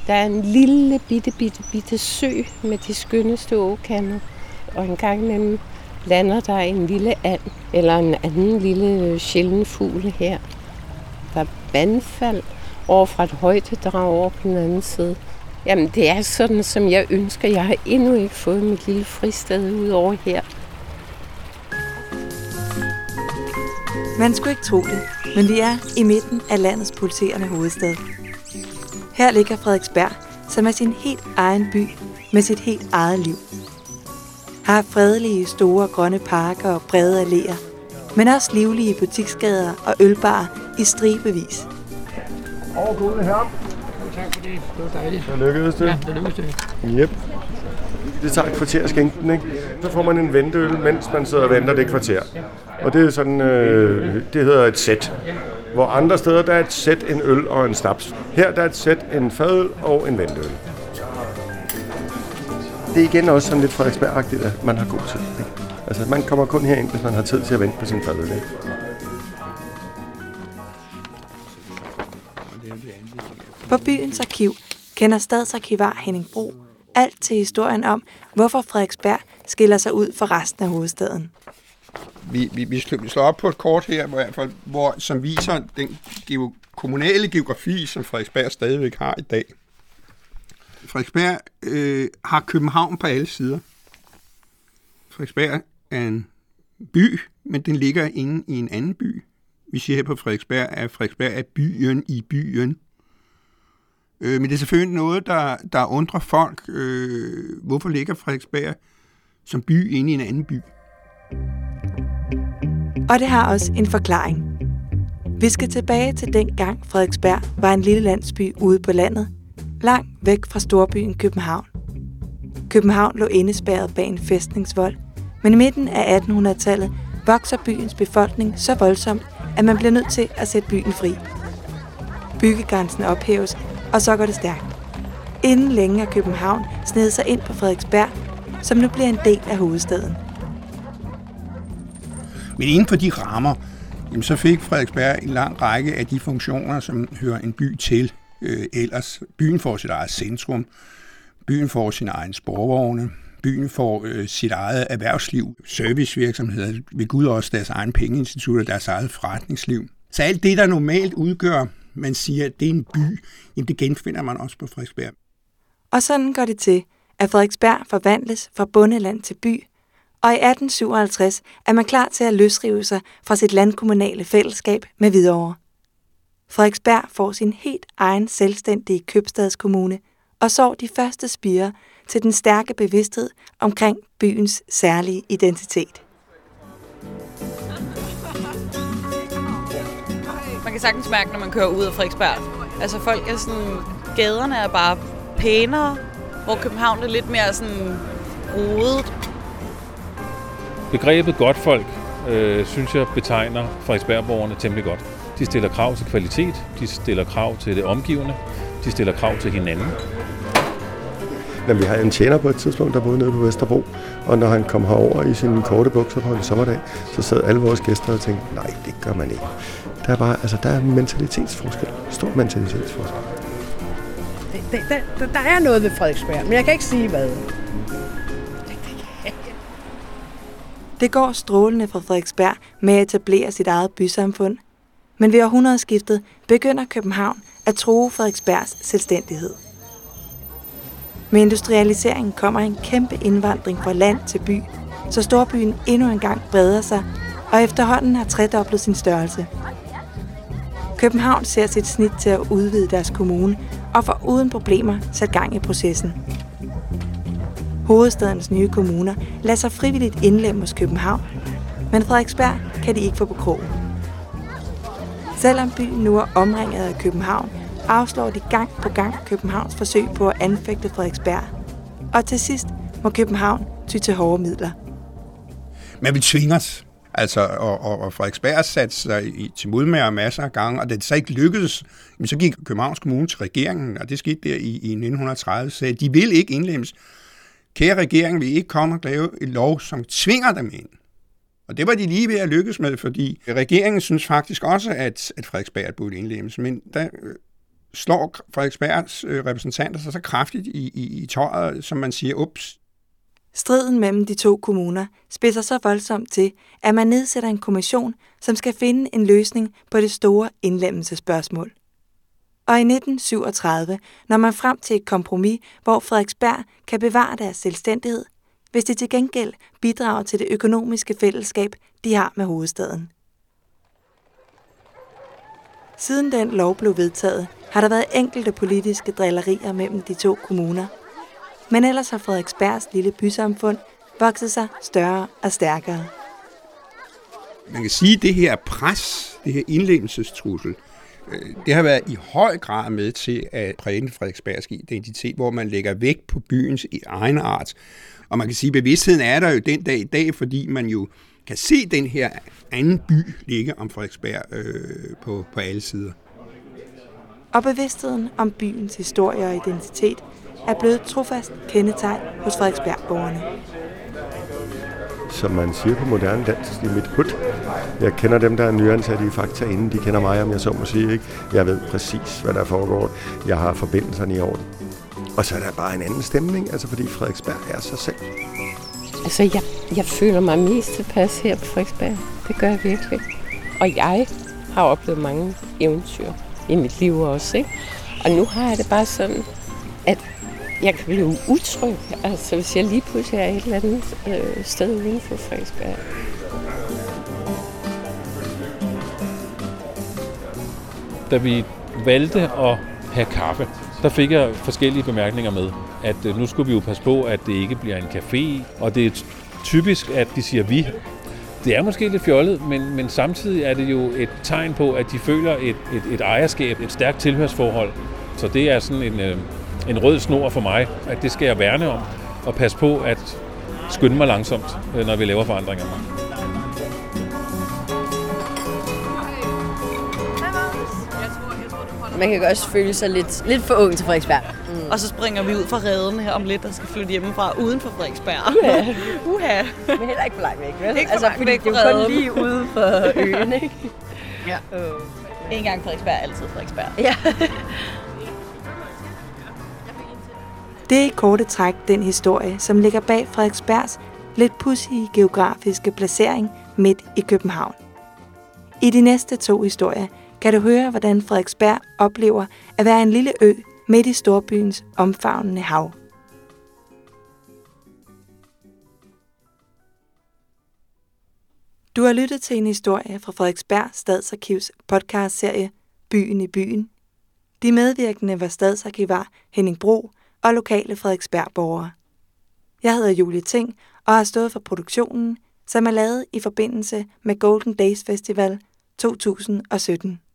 Der er en lille bitte sø med de skønneste åkanter, og en gang imellem lander der en lille and, eller en anden lille sjælden fugl her. Der er vandfald over fra et højdedrag over på den anden side. Jamen, det er sådan, som jeg ønsker. Jeg har endnu ikke fået mit lille fristed ud over her. Man skulle ikke tro det, men vi er i midten af landets pulserende hovedstad. Her ligger Frederiksberg, som er sin helt egen by med sit helt eget liv. Har fredelige, store grønne parker og brede alléer, men også livlige butiksgader og ølbarer i stribevis. Gode her. Tak for det. Det var dejligt. Så lykkedes det. Ja, det lykkedes det. Yep. Det tager et kvarter at skænke den, ikke? Så får man en venteøl, mens man sidder og venter det kvarter. Og det er sådan, det hedder et sæt. Hvor andre steder, der er et sæt, en øl og en snaps. Her der er et sæt, en fadøl og en venteøl. Det er igen også sådan lidt Frederiksberg-agtigt, at man har god tid. Ikke? Altså, man kommer kun herind, hvis man har tid til at vente på sin fadøl. Ikke? På byens arkiv kender stadsarkivar Henning Bro alt til historien om, hvorfor Frederiksberg skiller sig ud fra resten af hovedstaden. Vi slår op på et kort her, som viser den kommunale geografi, som Frederiksberg stadigvæk har i dag. Frederiksberg har København på alle sider. Frederiksberg er en by, men den ligger inde i en anden by. Vi siger her på Frederiksberg, at Frederiksberg er byen i byen. Men det er selvfølgelig noget, der undrer folk. Hvorfor ligger Frederiksberg som by inde i en anden by? Og det har også en forklaring. Vi skal tilbage til dengang Frederiksberg var en lille landsby ude på landet, langt væk fra storbyen København. København lå indespærret bag en fæstningsvold, men i midten af 1800-tallet vokser byens befolkning så voldsomt, at man bliver nødt til at sætte byen fri. Byggegrænsen ophæves, og så går det stærkt. Inden længe er København snedet sig ind på Frederiksberg, som nu bliver en del af hovedstaden. Men inden for de rammer, så fik Frederiksberg en lang række af de funktioner, som hører en by til. Ellers byen får sit eget centrum, byen får sin egen sporvogne, byen får sit eget erhvervsliv, servicevirksomheder, ved Gud også deres egen pengeinstitutter, deres eget forretningsliv. Så alt det, der normalt udgør, man siger, at det er en by, jamen det genfinder man også på Frederiksberg. Og sådan går det til, at Frederiksberg forvandles fra bondeland til by, og i 1857 er man klar til at løsrive sig fra sit landkommunale fællesskab med Hvidovre. Frederiksberg får sin helt egen selvstændige købstadskommune og sår de første spirer til den stærke bevidsthed omkring byens særlige identitet. Man kan sagtens mærke, når man kører ud af Frederiksberg. Altså folk er sådan, gaderne er bare pænere, hvor København er lidt mere sådan rodet. Begrebet godtfolk, synes jeg, betegner Frederiksbergborgerne temmelig godt. De stiller krav til kvalitet, de stiller krav til det omgivende, de stiller krav til hinanden. Når vi har en tjener på et tidspunkt, der boede nede på Vesterbro, og når han kom herover i sine korte bukser på en sommerdag, så sad alle vores gæster og tænkte, nej, det gør man ikke. Der er bare, der er mentalitetsforskel. Stor mentalitetsforskel. Der er noget ved Frederiksberg, men jeg kan ikke sige hvad. Det går strålende for Frederiksberg med at etablere sit eget bysamfund. Men ved århundredeskiftet begynder København at true Frederiksbergs selvstændighed. Med industrialiseringen kommer en kæmpe indvandring fra land til by, så storbyen endnu engang breder sig, og efterhånden har tredoblet sin størrelse. København ser sit snit til at udvide deres kommune, og får uden problemer sat gang i processen. Hovedstadens nye kommuner lader sig frivilligt indlemme hos København, men Frederiksberg kan de ikke få på krogen. Selvom byen nu er omringet af København, afslår de gang på gang Københavns forsøg på at anfægte Frederiksberg. Og til sidst må København ty til hårde midler. Man vil tvinge os. Altså, og Frederiksberg satte sig til modmære masser af gange, og da det så ikke lykkedes, så gik Københavns Kommune til regeringen, og det skete der i 1930, sagde, de vil ikke indlemmes. Kære regering, vil ikke komme og lave en lov, som tvinger dem ind. Og det var de lige ved at lykkes med, fordi regeringen synes faktisk også, at Frederiksberg burde indlemmes, men der slår Frederiksbergs repræsentanter sig så kraftigt i tøjet, som man siger, ups. Striden mellem de to kommuner spidser så voldsomt til, at man nedsætter en kommission, som skal finde en løsning på det store indlemmelsesspørgsmål. Og i 1937 når man frem til et kompromis, hvor Frederiksberg kan bevare deres selvstændighed, hvis de til gengæld bidrager til det økonomiske fællesskab, de har med hovedstaden. Siden den lov blev vedtaget, har der været enkelte politiske drillerier mellem de to kommuner. Men ellers har Frederiksbergs lille bysamfund vokset sig større og stærkere. Man kan sige, at det her pres, det her indlemmelsestrussel, det har været i høj grad med til at præge den frederiksbergske identitet, hvor man lægger vægt på byens egenart. Og man kan sige, at bevidstheden er der jo den dag i dag, fordi man jo kan se den her anden by ligge om Frederiksberg på alle sider. Og bevidstheden om byens historie og identitet er blevet trofast kendetegn hos Frederiksberg-borgerne. Som man siger på moderne dansk, i mit hud. Jeg kender dem, der er nyansatte i Fakta, inden de kender mig, om jeg så må sige. Ikke? Jeg ved præcis, hvad der foregår. Jeg har forbindelserne i orden. Og så er der bare en anden stemning, altså fordi Frederiksberg er sig selv. Altså, jeg føler mig mest tilpas her på Frederiksberg. Det gør jeg virkelig. Og jeg har oplevet mange eventyr i mit liv også, ikke? Og nu har jeg det bare sådan, at jeg kan blive utryg, altså hvis jeg lige pludselig er et eller andet sted uden for Frederiksberg. Da vi valgte at have kaffe, der fik jeg forskellige bemærkninger med, at nu skulle vi jo passe på, at det ikke bliver en café, og det er typisk, at de siger vi. Det er måske lidt fjollet, men samtidig er det jo et tegn på, at de føler et ejerskab, et stærkt tilhørsforhold. Så det er sådan en rød snor for mig, at det skal jeg værne om, og passe på at skynde mig langsomt, når vi laver forandringer. Man kan også føle sig lidt for ung til Frederiksberg. Mm. Og så springer vi ud fra reden her om lidt, og skal flytte hjemmefra uden for Frederiksberg. Uha. Men heller ikke for langt væk, vel? Ikke for langt væk det er jo kun lige ude for øen, ikke? Ja. En gang Frederiksberg, altid Frederiksberg. Ja. Det er i korte træk den historie, som ligger bag Frederiksbergs lidt pudsige geografiske placering midt i København. I de næste 2 historier kan du høre, hvordan Frederiksberg oplever at være en lille ø midt i storbyens omfavnende hav. Du har lyttet til en historie fra Frederiksberg Stadsarkivs podcastserie Byen i byen. De medvirkende var stadsarkivar Henning Bro og lokale Frederiksberg-borgere. Jeg hedder Julie Ting og har stået for produktionen, som er lavet i forbindelse med Golden Days Festival 2017.